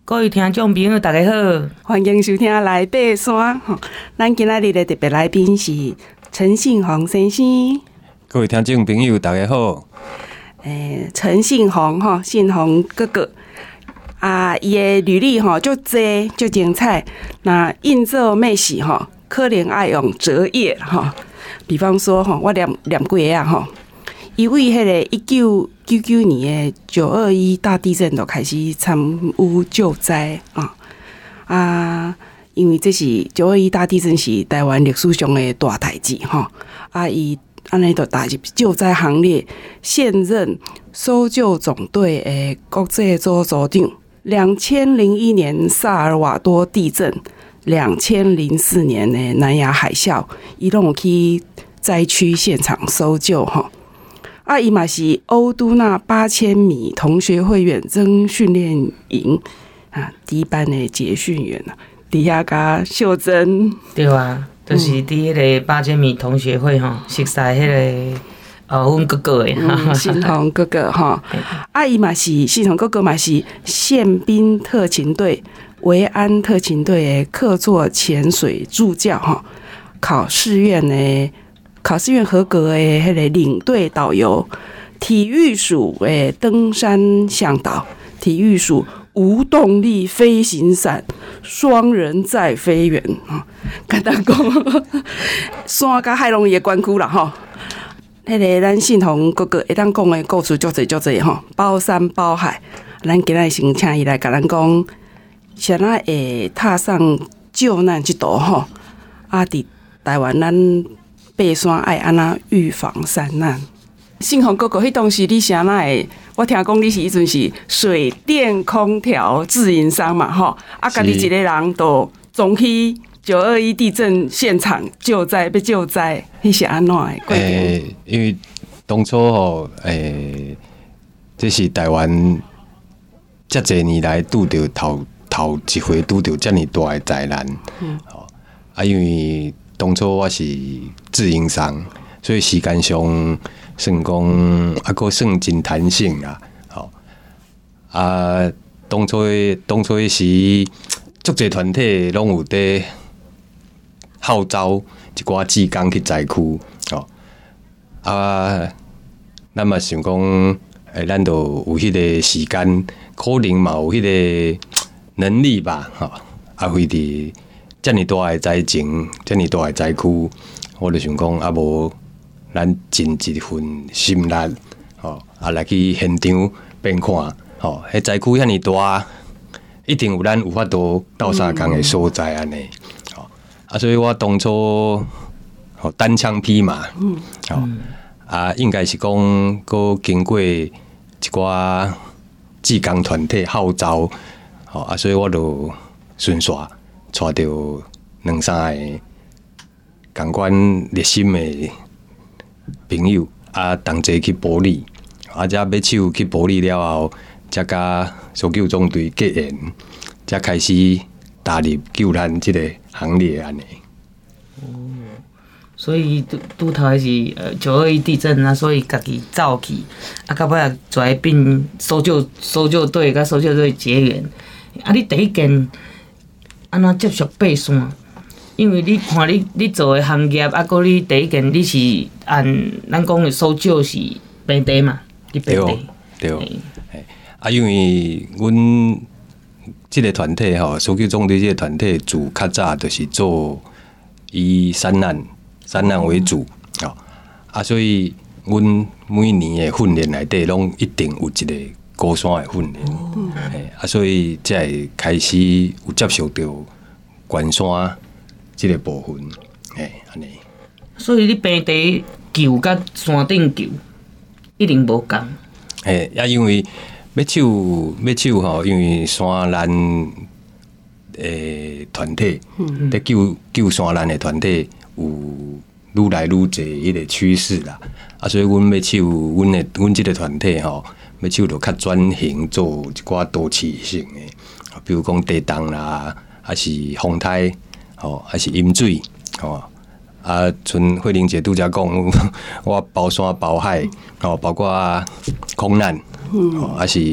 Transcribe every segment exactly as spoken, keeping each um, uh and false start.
各位听众朋友，大家好， 欢迎收听《来爬山》吼。咱今仔日的特别来宾是陈信宏先生。 各位听众朋友，大家好。 诶，陈信宏吼，信宏哥哥啊，伊的履历吼足济足精彩。那应做妹时吼，可能爱用折页吼。比方说吼，我念念几个啊吼。伊为迄个一九九九年的九二一大地震就开始参与救灾啊啊！因为这是九二一大地震是台湾历史上的大代志吼啊！伊安尼就踏入救灾行列，现任搜救总队的国际组组长。两千零一年萨尔瓦多地震，两千零四年的南亚海啸，伊拢有去灾区现场搜救吼。啊，伊嘛是欧都纳八千米同学会远征训练营啊，第一班的结训员啊，底下甲秀珍。 对啊，就是伫迄个八千米同学会吼，熟悉迄个呃，阮哥哥的哈， 信宏哥哥哈。啊，伊嘛是信宏哥哥嘛是宪兵特勤队、维安特勤队的客座潜水助教哈，考试院的。考试院合格的迄个领队导游，体育署的登山向导，体育署无动力飞行伞双人载飞员啊，简单讲，山甲海拢伊的管区啦吼。迄个咱信宏哥哥会当讲的故事足侪足侪吼，包山包海。咱今仔先请伊来甲咱讲，谁啊会踏上救难之途吼？啊，伫台湾咱。爬山爱安那预防山难。信宏哥哥，迄当时你是安那会？我听讲你是迄阵是水电空调自营商嘛，吼，啊，家己一个人都总去九二一地震现场救灾，要救灾，迄是安怎的过程？ 诶、欸，因为当初吼，诶、欸，这是台湾遮侪年来拄着头头一回拄着遮尔大的灾难，嗯，吼，啊，因为。当初我是自营商，所以时间上算讲还阁算真弹性啦。吼啊，当初当初时，足侪团体拢有伫号召一寡志工去灾区，吼啊，咱嘛想讲，诶，咱就有迄个时间，可能嘛有迄个能力吧，吼啊，为伫。遮尔大的灾情，遮尔大的灾区，我就想讲，啊无咱尽一份心力，吼，啊来去现场边看，吼，迄灾区遐尼大，一定有咱有法度斗相共的所在安尼，吼，啊，所以我当初吼单枪匹马，吼，啊，应该是讲，搁经过一寡志工团体号召，吼，啊，所以我就顺续。带着两三个共款热心的朋友，啊，同齐去埔里，啊，才要手去埔里了后，才甲搜救总队结缘，才开始踏入救难这个行列安尼。 哦，所以拄拄头的是呃九二一地震啊，所以家己走去，啊，到尾啊，拽并搜救搜救队甲搜救队结缘，啊，你第一件。安怎接触爬山？因为你看你你做的行业，啊，搁你第一件你是按咱讲的搜救是平地嘛？你平地对对。啊，因为阮即个团体吼，搜救总队即个团体自较早就是做以山难山难为主，吼啊，所以阮每年的训练内底拢一定有一个。高山的训练，嗯、啊，所以才会开始有接受到关山这个部分，哎，安尼。 所以你平地救甲山顶救一定无共。 哎，也因为要手要手吼，因为山难诶团体，嗯在救救山难的团体有愈来愈侪迄个趋势啦，啊，所以阮要手，阮的阮即个团体吼。要手就较转型做一寡多次性的，比如讲地动啦，还是风台，吼，还是饮水，吼。啊，像慧玲姐拄则讲，我包山包海，吼，包括空难，吼，还是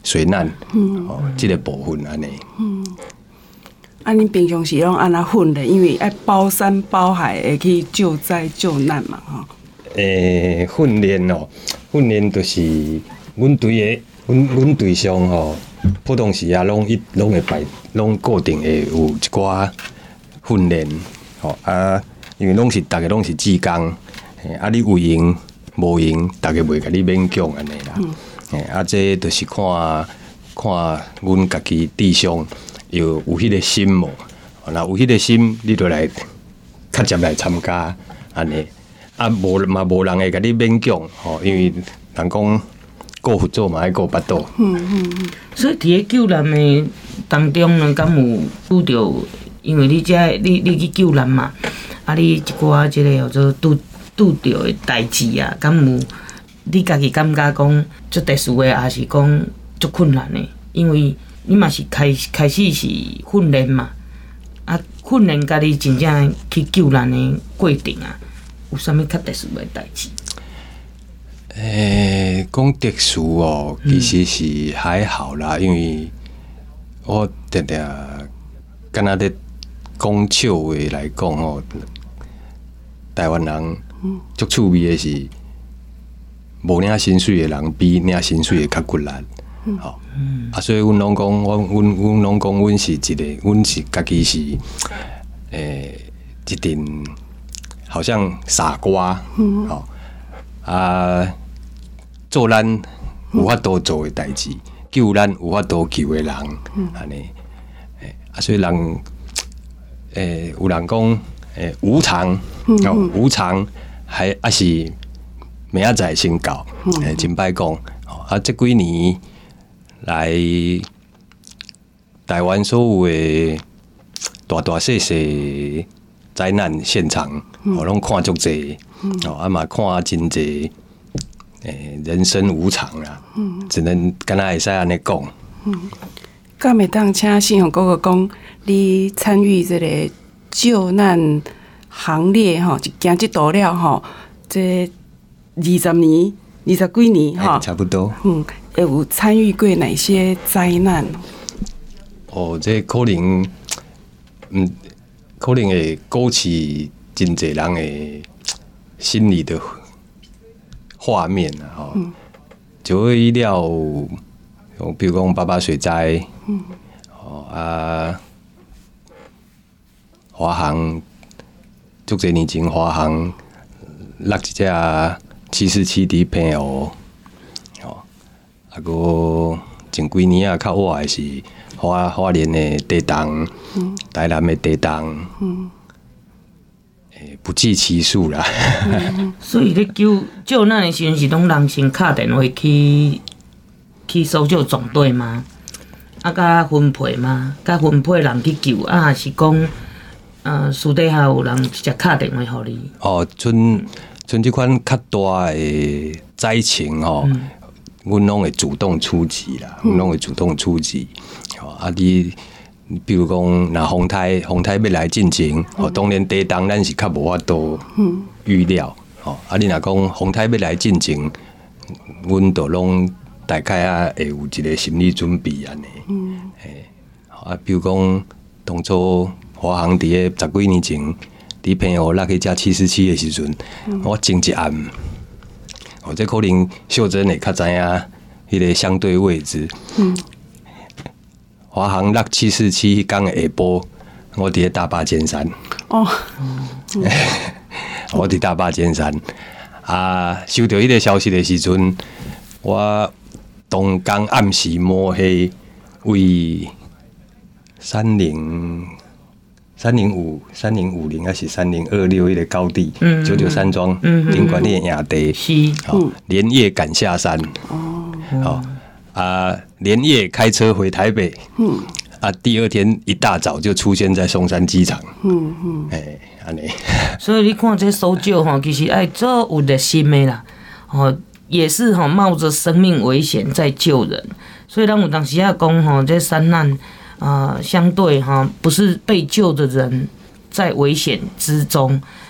水难，嗯，哦，这个部分安尼。嗯， 啊，恁平常时拢安那训练，因为爱包山包海会去救灾救难嘛，吼。 诶，训练哦，训练就是阮队的，阮阮队上吼，普通时啊，拢一拢会排，拢固定会有一寡训练，吼啊，因为拢是逐个拢是志工，诶，啊，你有闲无闲，逐个袂甲你勉强安尼啦，诶，啊，这就是看看阮家己弟兄有有迄个心无，若有迄个心，你就来较接来参加安尼。啊，无嘛无人会甲你勉强吼，因为人讲顾佛祖嘛爱顾巴肚。 嗯嗯嗯。所以伫咧救难的当中呢，敢有拄着，因为你遮你你去救难嘛，啊，你一寡即个叫做拄拄着的代志啊，敢有你家己感觉讲足特殊的，还是讲足困难的？因为你嘛是开开始是训练嘛，啊，训练家己真正去救难的过程啊。有啥物较特殊的代志？ 诶，讲特殊哦，其实是还好啦，嗯、因为我定定敢若咧讲笑话来讲吼，台湾人足趣味的是，无领薪水的人比领薪水的较骨力，吼、嗯。啊，所以阮拢讲，我阮阮拢讲，阮是一个，阮是家己是诶一定。好像傻瓜，嗯、哦啊，做咱有法度做的代志，救咱有法度救的人，安尼、嗯，啊，所以人，诶、欸，有人讲，诶、欸，无常，嗯、哦，无常，还还是明仔载先到，诶、嗯，真歹讲，啊，这几年来台湾所有的大大小小灾难现场，我拢看足济，哦，啊嘛看真济，诶，人生无常啦，只能敢若会使安尼讲。 敢会当请信宏哥哥讲，你参与这个救难行列吼，就行这道了吼，这二十年、二十几年哈， 差不多。 嗯，有参与过哪些灾难？ 哦，这可能，嗯。可能会勾起真侪人的心里的画面啊，吼、嗯，就会了，比如讲八八水灾，嗯，哦啊，华航，足侪年前华航落一只七四七伫澎湖，哦，啊个前几年啊较晚的是。花花莲的地震，嗯、台南的地震，嗯欸、不计其数啦。 嗯、所以咧救救难的时阵是拢人先打电话去去搜救总队吗？啊，甲分配吗？甲分配人去救啊，还是讲呃私底下有人直接打电话互你？ 哦，像像这款较大的灾情吼。嗯阮拢会主动出击啦，阮拢会主动出击。哦、啊，你比如讲，若风台风台要来进前，哦，当然地动咱是较无法度预料。哦，啊，你若讲风台要来进前，阮都拢大概啊会有一个心理准备安尼。嗯。诶，啊，比如讲，当初华航伫个十几年前，伫澎湖落去只七四七的时阵，嗯、我前一暗。哦，这可能秀珍会较知影迄个相对位置。嗯。华航落七四七天的下晡，我伫咧大霸尖山。哦。嗯、我伫大霸尖山啊，收到迄个消息的时阵，我当天暗时摸黑为三零。三零五、三零五零还是三零二六，迄个高地，九九山庄顶管的野地，好，连夜赶下山，哦，好啊，连夜开车回台北，嗯，啊，第二天一大早就出现在松山机场，嗯嗯，哎，安尼， 所以你看这搜救哈，其实爱做有热心的啦，哦，也是哈冒着生命危险在救人，所以咱有当时啊讲吼，这山难。呃，相对哈，不是被救的人在危险之中，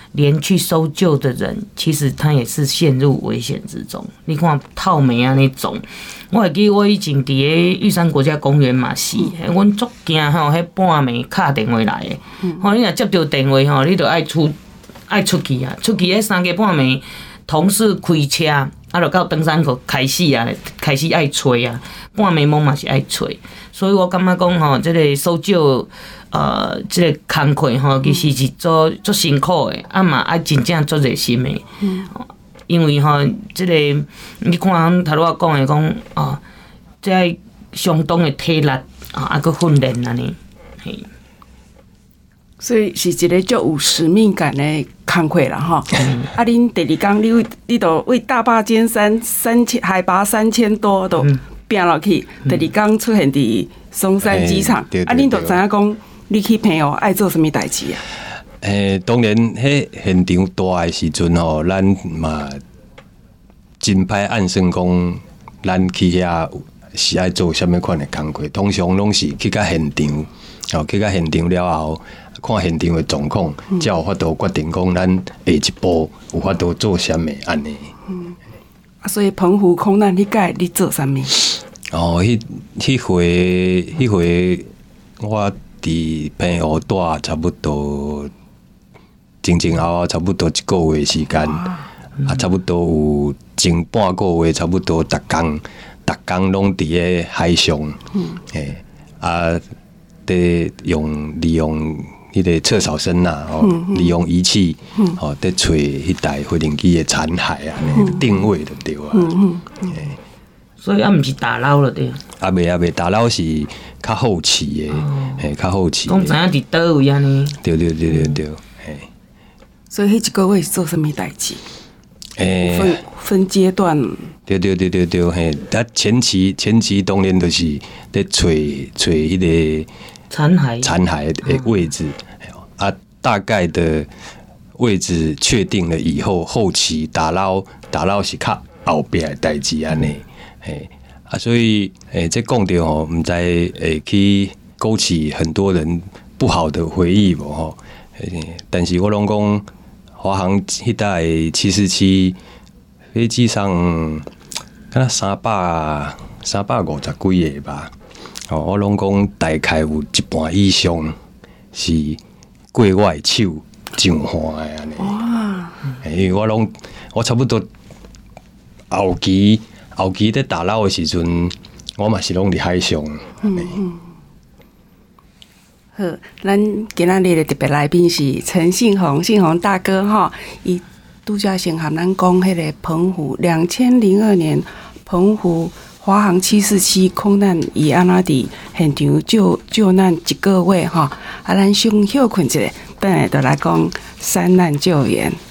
连去搜救的人，其实他也是陷入危险之中。你看套梅啊那种，我会记我以前伫个玉山国家公园嘛是，阮足惊吼，迄半暝敲电话来的，吼、嗯、你若接到电话吼，你就爱出爱出去啊，出去迄三更半暝，同事开车，啊，就到登山口开始啊，开始爱找啊，半暝梦嘛是爱找，所以我感觉讲吼，即、這个搜救。呃，即、這个工课吼，其實是做做辛苦的，啊嘛愛真正做熱心的。嗯、因為吼，即、這個你看頭拄仔講的講，哦，即愛相當的體力啊，啊個訓練安尼，嘿。 所以是一個足有使命感的工課啦，吼。嗯、啊，恁第二工，你為你都為大霸尖山三千海拔三千多都拼落去，嗯、第二工出現佇松山機場，欸、啊，恁都知影講。你去朋友愛做什麼代志啊？ 誒、欸，當然，迄現場大誒時陣吼，咱嘛真歹按算講，咱去遐是愛做啥物款誒工作。通常攏是去到現場，哦，去到現場了後，看現場誒狀況，才有法度決定講咱下一步有法度做啥物安尼。嗯， 啊，所以澎湖空難，你該你做啥物？ 哦，迄迄回，迄回我。伫澎湖住差不多前前後後差不多一個月時間，啊，差不多有前半個月，差不多逐工逐工攏佇個海上，誒，啊，得用利用迄個側掃身啊，哦，利用儀器，哦，得找迄台飛行機的殘骸啊，定位就對啊，誒。 所以啊，毋是打撈了對。 啊，袂啊袂，打撈是較後期的，嘿、哦，較後期的。 講知影佇倒位安尼。 對對對對對，嘿。 所以迄一個月是做什麼代誌？誒、欸，分分階段。 對對對對對，嘿，啊前期前期當然就是咧找找迄個殘骸殘骸的位置，哦、啊，大概的位置確定了以後，後期打撈打撈是較後邊的代誌安尼。嘿啊，所以誒，這講到吼，唔知會去勾起很多人不好的回憶無吼。但是我攏講華航迄台七四七飛機上，敢若三百三百五十幾個吧。哦，我攏講大概有一半以上是過我的手上岸的安尼。哇！因為我攏我差不多後期。後期在打撈的時陣，我嘛是攏佇海上。嗯嗯。 好，咱今仔日的特別來賓是陳信宏，信宏大哥哈，伊拄則先和咱講迄個澎湖兩千零二年澎湖華航七四七空難伊安那佇現場救救難一個月哈，啊，咱先休困一下，等下就來講山難救援。